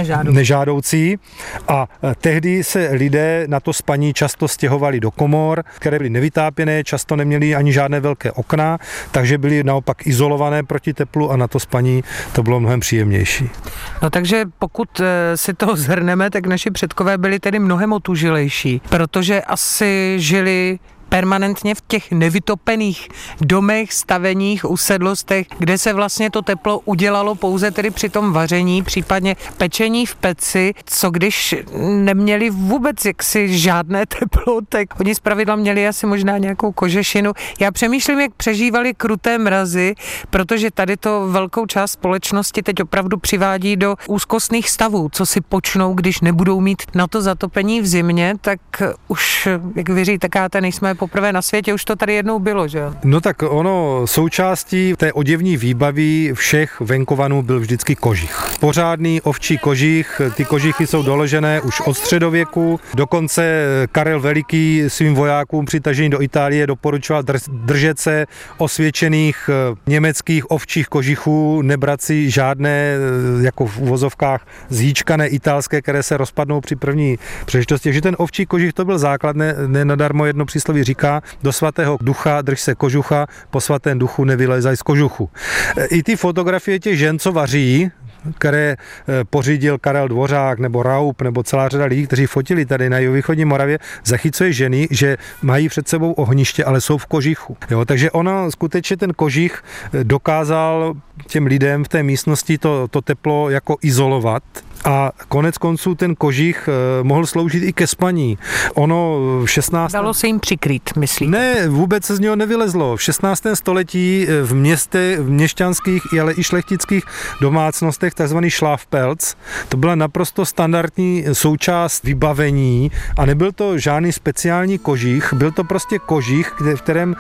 nežádoucí a tehdy se lidé na to spaní často stěhovali do komor, které byly nevytápěné, často neměly ani žádné velké okna, takže byly naopak izolované proti teplu a na to spaní to bylo mnohem příjemnější. No takže pokud si to zhrneme, tak naši předkové byli tedy mnohem otužilejší, protože asi žili permanentně v těch nevytopených domech, staveních, usedlostech, kde se vlastně to teplo udělalo pouze tedy při tom vaření, případně pečení v peci, co když neměli vůbec jaksi žádné teplo, tak oni zpravidla měli asi možná nějakou kožešinu. Já přemýšlím, jak přežívali kruté mrazy, protože tady to velkou část společnosti teď opravdu přivádí do úzkostných stavů, co si počnou, když nebudou mít na to zatopení v zimě, tak už, jak vy říkáte, nejsme poprvé na světě, už to tady jednou bylo, že? No tak ono, součástí té oděvní výbavy všech venkovanů byl vždycky kožich. Pořádný ovčí kožich, ty kožichy jsou doložené už od středověku, dokonce Karel Veliký svým vojákům přitažení do Itálie doporučoval držet se osvědčených německých ovčích kožichů, nebrat si žádné, jako v uvozovkách, zhýčkané italské, které se rozpadnou při první příležitosti. Takže ten ovčí kožich to byl základ, ne nadarmo jedno přísloví říká, do svatého ducha drž se kožucha, po svatém duchu nevylezaj z kožuchu. I ty fotografie těch žen, co vaří, které pořídil Karel Dvořák nebo Raup nebo celá řada lidí, kteří fotili tady na jihovýchodní Moravě, zachycuje ženy, že mají před sebou ohniště, ale jsou v kožichu. Jo, takže ono skutečně ten kožich dokázal těm lidem v té místnosti to teplo jako izolovat. A konec konců ten kožich mohl sloužit i ke spaní. Ono v 16. Dalo se jim přikrýt, myslíte? Ne, vůbec se z něho nevylezlo. V 16. století v měšťanských, ale i šlechtických domácnostech takzvaný šláfpelc, to byla naprosto standardní součást vybavení a nebyl to žádný speciální kožich, byl to prostě kožich, v kterém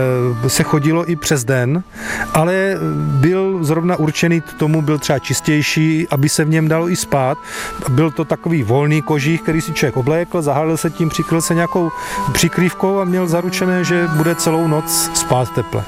se chodilo i přes den, ale byl zrovna určený k tomu, byl třeba čistější, aby se v něm dalo i spát. Byl to takový volný kožich, který si člověk oblékl, zahalil se tím, přikryl se nějakou přikrývkou a měl zaručené, že bude celou noc spát teple.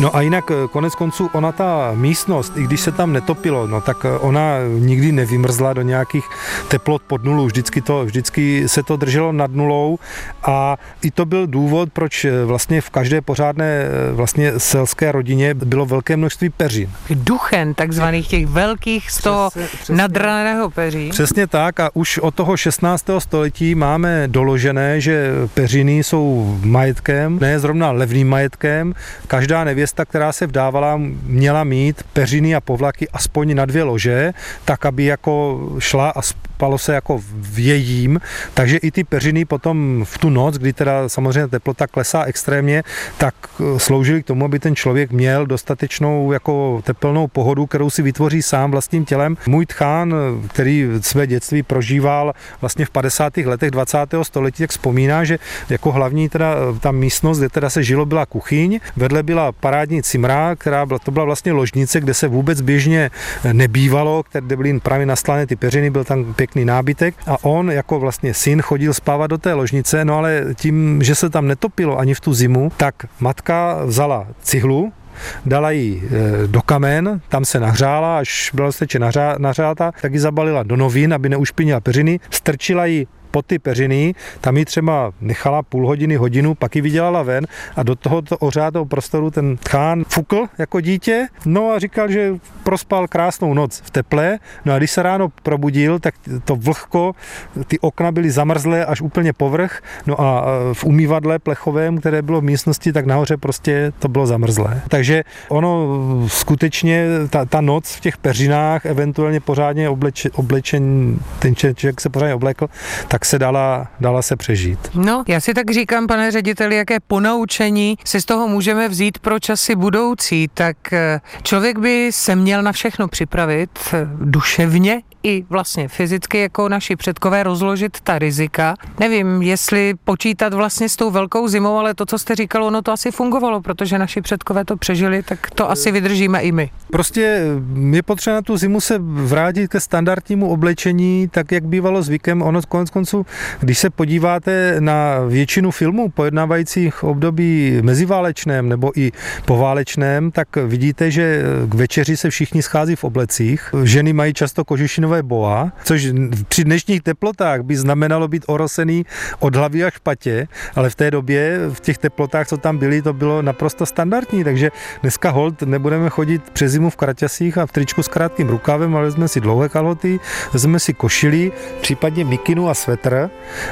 No a jinak konec konců ona ta místnost, i když se tam netopilo, no tak ona nikdy nevymrzla do nějakých teplot pod nulu, vždycky se to drželo nad nulou a i to byl důvod, proč vlastně v každé pořádné vlastně selské rodině bylo velké množství peřin. Duchen takzvaných těch velkých z toho nadraného peří. Přesně tak a už od toho 16. století máme doložené, že peřiny jsou majetkem, ne zrovna levným majetkem. Každá nevěsta, která se vdávala, měla mít peřiny a povlaky aspoň na 2 lože, tak aby jako šla a spalo se jako v jejím, takže i ty peřiny potom v tu noc, kdy teda samozřejmě teplota klesá extrémně, tak sloužily k tomu, aby ten člověk měl dostatečnou jako tepelnou pohodu, kterou si vytvoří sám vlastním tělem. Můj tchán, který své dětství prožíval vlastně v 50. letech 20. století, tak vzpomíná, že jako hlavní teda ta místnost, kde teda se žilo, byla kuchyň, vedle byla parádní cimra, to byla vlastně ložnice, kde se vůbec běžně nebývalo, kde byly právě nastlané ty peřiny, byl tam pěkný nábytek a on jako vlastně syn chodil spávat do té ložnice, no ale tím, že se tam netopilo ani v tu zimu, tak matka vzala cihlu, dala ji do kamen, tam se nahřála, až byla dostatečně nahřátá, tak ji zabalila do novin, aby neušpinila peřiny, strčila ji pod ty peřiny, tam ji třeba nechala půl hodiny, hodinu, pak ji vydělala ven a do tohoto ohřátého prostoru ten tchán fukl jako dítě, no a říkal, že prospal krásnou noc v teple, no a když se ráno probudil, tak to vlhko, ty okna byly zamrzlé až úplně povrch, no a v umývadle plechovém, které bylo v místnosti, tak nahoře prostě to bylo zamrzlé. Takže ono skutečně, ta noc v těch peřinách, eventuálně pořádně oblečen, ten člověk se pořádně oblékl, tak se dala se přežít. No, já si tak říkám, pane řediteli, jaké ponaučení si z toho můžeme vzít pro časy budoucí, tak člověk by se měl na všechno připravit duševně i vlastně fyzicky, jako naši předkové, rozložit ta rizika. Nevím, jestli počítat vlastně s tou velkou zimou, ale to, co jste říkal, ono to asi fungovalo, protože naši předkové to přežili, tak to asi vydržíme i my. Prostě je potřeba na tu zimu se vrátit ke standardnímu oblečení, tak jak bývalo zvykem. Ono konec konců, když se podíváte na většinu filmů pojednávajících období meziválečném nebo i poválečném, tak vidíte, že k večeři se všichni schází v oblecích. Ženy mají často kožešinové boa, což při dnešních teplotách by znamenalo být orosený od hlavy až k patě, ale v té době, v těch teplotách, co tam byly, to bylo naprosto standardní, takže dneska holt nebudeme chodit přes zimu v kraťasích a v tričku s krátkým rukávem, ale vezmeme si dlouhé kalhoty, vezmeme si košili, případně mikinu a svetr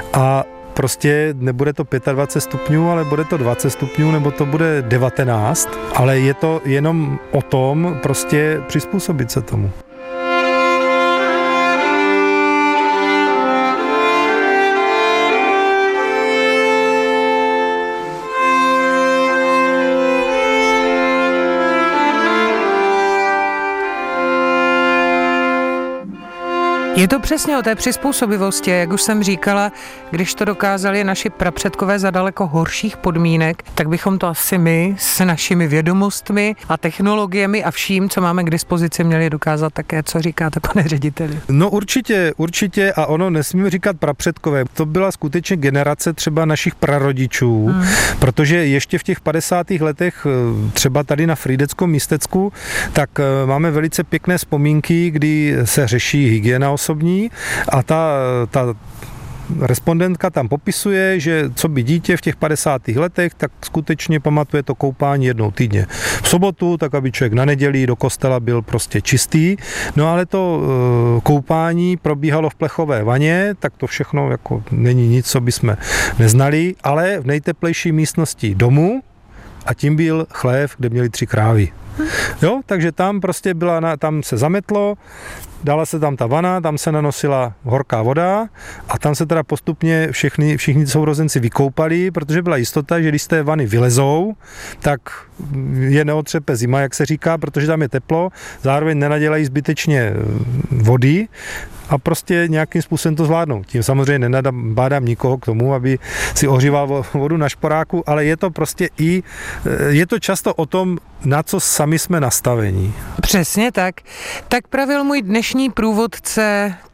a prostě nebude to 25 stupňů, ale bude to 20 stupňů, nebo to bude 19, ale je to jenom o tom prostě přizpůsobit se tomu. Je to přesně o té přizpůsobivosti, jak už jsem říkala, když to dokázali naši prapředkové za daleko horších podmínek, tak bychom to asi my s našimi vědomostmi a technologiemi a vším, co máme k dispozici, měli dokázat také, co říkáte, pane řediteli. No určitě a ono nesmíme říkat prapředkové. To byla skutečně generace třeba našich prarodičů, protože ještě v těch 50. letech třeba tady na Frýdeckom místecku, tak máme velice pěkné vzpomínky, kdy se řeší hygiena osobní a ta respondentka tam popisuje, že co by dítě v těch 50. letech, tak skutečně pamatuje to koupání jednou týdně v sobotu, tak aby člověk na neděli do kostela byl prostě čistý. No ale to koupání probíhalo v plechové vaně, tak to všechno jako není nic, co bychom neznali, ale v nejteplejší místnosti domu a tím byl chlév, kde měli 3 krávy. Jo, takže tam prostě tam se zametlo, dala se tam ta vana, tam se nanosila horká voda a tam se teda postupně všichni sourozenci vykoupali, protože byla jistota, že když z té vany vylezou, tak je neotřepe zima, jak se říká, protože tam je teplo, zároveň nenadělají zbytečně vody a prostě nějakým způsobem to zvládnou. Tím samozřejmě nenabádám nikoho k tomu, aby si ohříval vodu na šporáku, ale je to prostě je to často o tom, na co sami jsme nastavení. Přesně tak. Tak pravil můj dnešní průvodce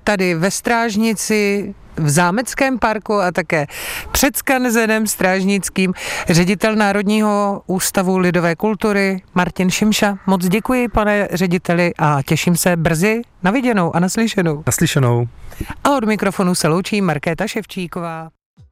tady ve Strážnici, v Zámeckém parku a také před skanzenem strážnickým ředitel Národního ústavu lidové kultury Martin Šimša. Moc děkuji, pane řediteli, a těším se brzy na viděnou a naslyšenou. Naslyšenou. A od mikrofonu se loučí Markéta Ševčíková.